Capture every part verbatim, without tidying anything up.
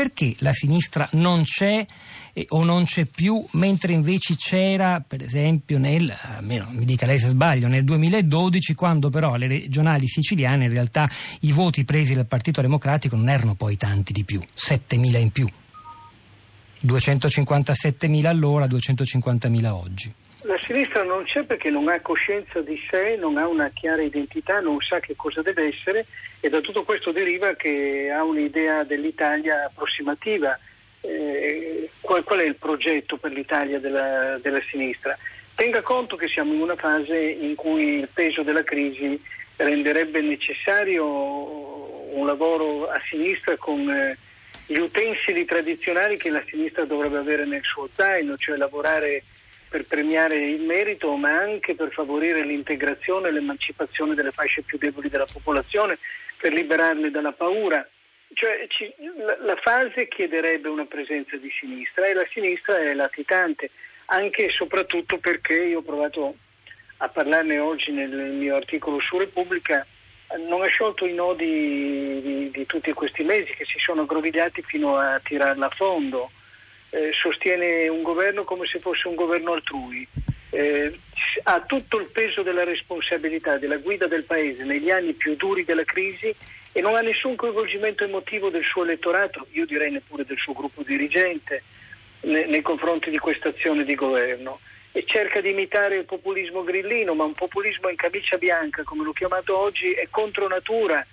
perché la sinistra non c'è eh, o non c'è più, mentre invece c'era, per esempio, nel, almeno mi dica lei se sbaglio, nel duemiladodici, quando però alle regionali siciliane in realtà i voti presi dal Partito Democratico non erano poi tanti di più, settemila in più, duecentocinquantasettemila allora, duecentocinquantamila oggi. La sinistra non c'è perché non ha coscienza di sé, non ha una chiara identità, non sa che cosa deve essere, e da tutto questo deriva che ha un'idea dell'Italia approssimativa. Eh, qual, qual è il progetto per l'Italia della, della sinistra? Tenga conto che siamo in una fase in cui il peso della crisi renderebbe necessario un lavoro a sinistra con eh, gli utensili tradizionali che la sinistra dovrebbe avere nel suo zaino, cioè lavorare per premiare il merito, ma anche per favorire l'integrazione e l'emancipazione delle fasce più deboli della popolazione, per liberarle dalla paura. Cioè, ci, la, la fase chiederebbe una presenza di sinistra, e la sinistra è latitante, anche e soprattutto perché io ho provato a parlarne oggi nel mio articolo su Repubblica, non ha sciolto i nodi di, di tutti questi mesi che si sono aggrovigliati fino a tirarla a fondo. Eh, sostiene un governo come se fosse un governo altrui, eh, ha tutto il peso della responsabilità della guida del paese negli anni più duri della crisi e non ha nessun coinvolgimento emotivo del suo elettorato, io direi neppure del suo gruppo dirigente, ne, nei confronti di questa azione di governo, e cerca di imitare il populismo grillino, ma un populismo in camicia bianca, come l'ho chiamato oggi, è contro natura.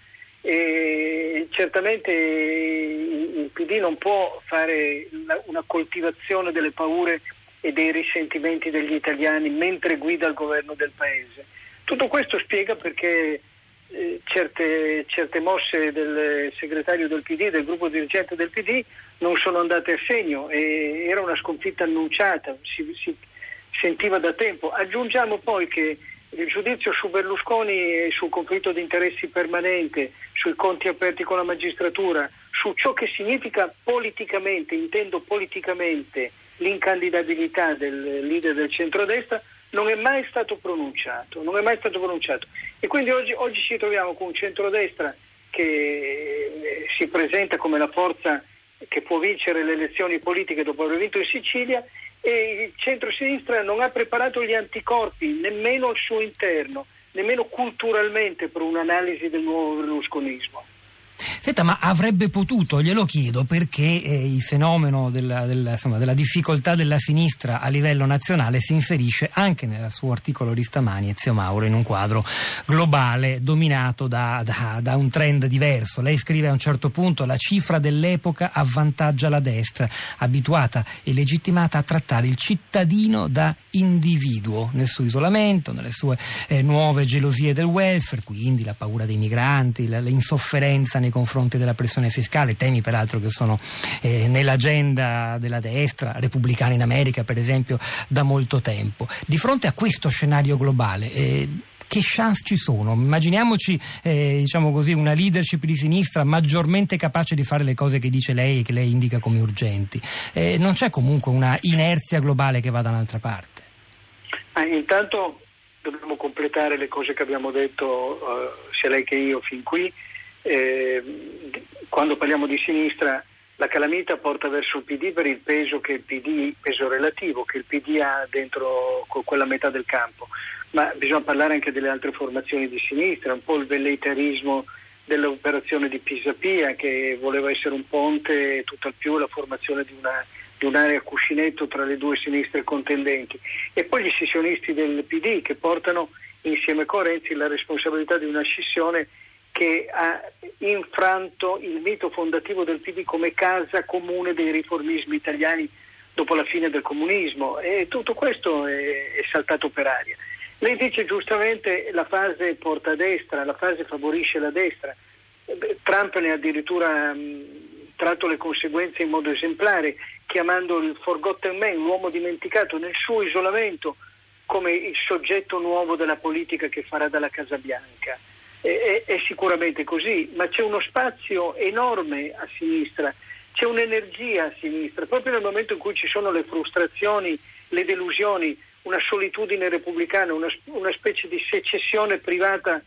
E certamente il P D non può fare una coltivazione delle paure e dei risentimenti degli italiani mentre guida il governo del paese. Tutto questo spiega perché eh, certe, certe mosse del segretario del P D, del gruppo dirigente del P D, non sono andate a segno, e era una sconfitta annunciata, si, si sentiva da tempo. Aggiungiamo poi che il giudizio su Berlusconi e sul conflitto di interessi permanente, sui conti aperti con la magistratura, su ciò che significa politicamente, intendo politicamente, l'incandidabilità del leader del centrodestra, non è mai stato pronunciato, non è mai stato pronunciato. E quindi oggi, oggi ci troviamo con un centrodestra che si presenta come la forza che può vincere le elezioni politiche dopo aver vinto in Sicilia, e il centro-sinistra non ha preparato gli anticorpi nemmeno al suo interno, nemmeno culturalmente, per un'analisi del nuovo berlusconismo. Senta, ma avrebbe potuto, glielo chiedo, perché eh, il fenomeno della, della, insomma, della difficoltà della sinistra a livello nazionale si inserisce anche nel suo articolo di stamani, Ezio Mauro, in un quadro globale dominato da, da, da un trend diverso. Lei scrive a un certo punto: la cifra dell'epoca avvantaggia la destra, abituata e legittimata a trattare il cittadino da individuo nel suo isolamento, nelle sue eh, nuove gelosie del welfare, quindi la paura dei migranti, la, l'insofferenza nei confronti della pressione fiscale, temi peraltro che sono eh, nell'agenda della destra repubblicana in America, per esempio, da molto tempo. Di fronte a questo scenario globale, eh, che chance ci sono? Immaginiamoci eh, diciamo così, una leadership di sinistra maggiormente capace di fare le cose che dice lei e che lei indica come urgenti. Eh, non c'è comunque una inerzia globale che va da un'altra parte? Ah, intanto dobbiamo completare le cose che abbiamo detto uh, sia lei che io fin qui. Eh, quando parliamo di sinistra, la calamita porta verso il P D per il peso che il P D, peso relativo che il P D ha dentro quella metà del campo, ma bisogna parlare anche delle altre formazioni di sinistra, un po' il velleitarismo dell'operazione di Pisapia, che voleva essere un ponte e tutt'al più la formazione di una di un'area cuscinetto tra le due sinistre contendenti, e poi gli scissionisti del P D, che portano insieme con Renzi la responsabilità di una scissione che ha infranto il mito fondativo del P D come casa comune dei riformismi italiani dopo la fine del comunismo, e tutto questo è, è saltato per aria. Lei dice giustamente: la fase porta a destra, la fase favorisce la destra. Trump ne ha addirittura mh, tratto le conseguenze in modo esemplare, chiamando il forgotten man, l'uomo dimenticato, nel suo isolamento, come il soggetto nuovo della politica che farà dalla Casa Bianca. È, è, è sicuramente così, ma c'è uno spazio enorme a sinistra, c'è un'energia a sinistra, proprio nel momento in cui ci sono le frustrazioni, le delusioni, una solitudine repubblicana, una, una specie di secessione privata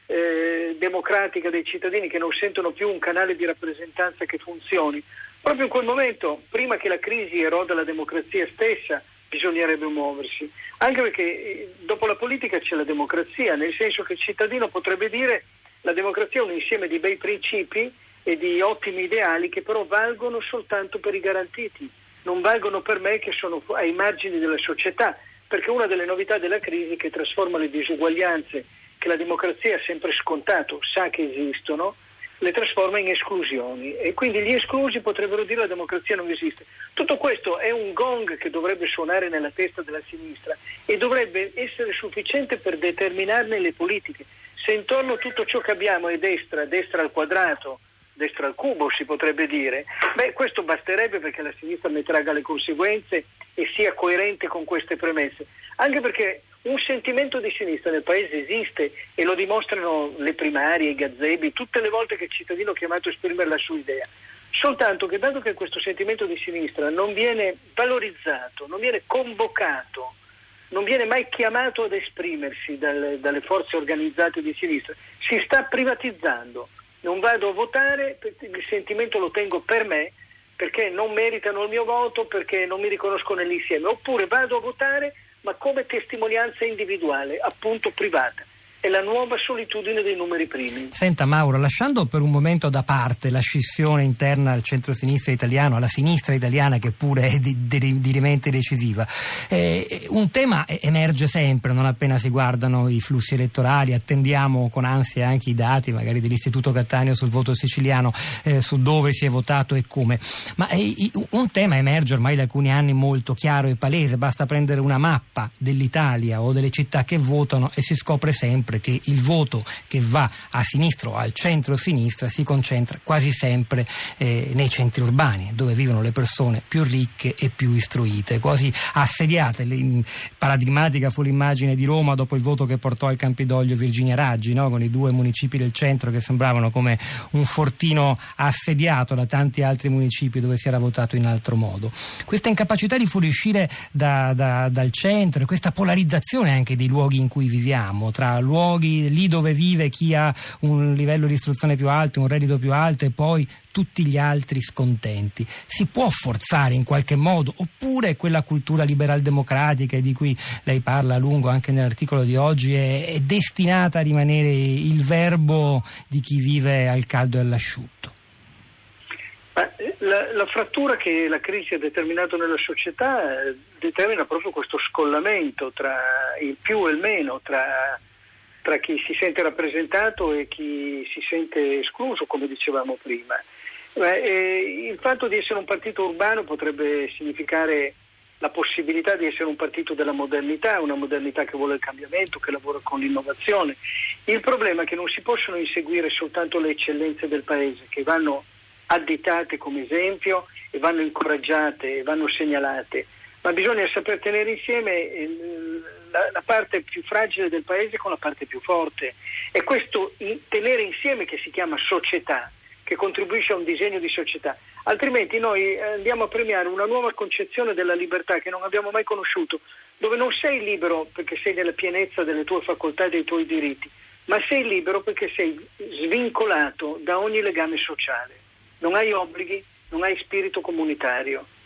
eh, democratica dei cittadini, che non sentono più un canale di rappresentanza che funzioni, proprio in quel momento, prima che la crisi eroda la democrazia stessa, bisognerebbe muoversi, anche perché dopo la politica c'è la democrazia, nel senso che il cittadino potrebbe dire: la democrazia è un insieme di bei principi e di ottimi ideali che però valgono soltanto per i garantiti, non valgono per me che sono ai margini della società, perché una delle novità della crisi che trasforma le disuguaglianze che la democrazia ha sempre scontato, sa che esistono, le trasforma in esclusioni, e quindi gli esclusi potrebbero dire: la democrazia non esiste. Tutto questo è un gong che dovrebbe suonare nella testa della sinistra e dovrebbe essere sufficiente per determinarne le politiche. Se intorno tutto ciò che abbiamo è destra, destra al quadrato, destra al cubo si potrebbe dire, beh, questo basterebbe perché la sinistra ne traga le conseguenze e sia coerente con queste premesse, anche perché un sentimento di sinistra nel paese esiste e lo dimostrano le primarie, i gazebi, tutte le volte che il cittadino è chiamato a esprimere la sua idea. Soltanto che, dato che questo sentimento di sinistra non viene valorizzato, non viene convocato, non viene mai chiamato ad esprimersi dalle, dalle forze organizzate di sinistra, si sta privatizzando. Non vado a votare, il sentimento lo tengo per me, perché non meritano il mio voto, perché non mi riconosco nell'insieme. Oppure vado a votare, ma come testimonianza individuale, appunto privata. È la nuova solitudine dei numeri primi. Senta Mauro, lasciando per un momento da parte la scissione interna al centro-sinistra italiano, alla sinistra italiana, che pure è di, di, dirimente decisiva, eh, un tema emerge sempre non appena si guardano i flussi elettorali. Attendiamo con ansia anche i dati magari dell'Istituto Cattaneo sul voto siciliano, eh, su dove si è votato e come, ma eh, un tema emerge ormai da alcuni anni molto chiaro e palese. Basta prendere una mappa dell'Italia o delle città che votano e si scopre sempre che il voto che va a sinistra o al centro-sinistra si concentra quasi sempre eh, nei centri urbani, dove vivono le persone più ricche e più istruite, quasi assediate. Le, paradigmatica fu l'immagine di Roma dopo il voto che portò al Campidoglio Virginia Raggi, no? Con i due municipi del centro che sembravano come un fortino assediato da tanti altri municipi dove si era votato in altro modo. Questa incapacità di fuoriuscire da, da, dal centro, questa polarizzazione anche dei luoghi in cui viviamo, tra luoghi lì dove vive chi ha un livello di istruzione più alto, un reddito più alto, e poi tutti gli altri scontenti. Si può forzare in qualche modo, oppure quella cultura liberal democratica di cui lei parla a lungo anche nell'articolo di oggi è, è destinata a rimanere il verbo di chi vive al caldo e all'asciutto? La, la frattura che la crisi ha determinato nella società eh, determina proprio questo scollamento tra il più e il meno, tra tra chi si sente rappresentato e chi si sente escluso, come dicevamo prima. Eh, il fatto di essere un partito urbano potrebbe significare la possibilità di essere un partito della modernità, una modernità che vuole il cambiamento, che lavora con l'innovazione. Il problema è che non si possono inseguire soltanto le eccellenze del paese, che vanno additate come esempio e vanno incoraggiate e vanno segnalate, ma bisogna saper tenere insieme il, la, la parte più fragile del paese con la parte più forte. È questo in, tenere insieme che si chiama società, che contribuisce a un disegno di società. Altrimenti noi andiamo a premiare una nuova concezione della libertà che non abbiamo mai conosciuto, dove non sei libero perché sei nella pienezza delle tue facoltà e dei tuoi diritti, ma sei libero perché sei svincolato da ogni legame sociale. Non hai obblighi, non hai spirito comunitario.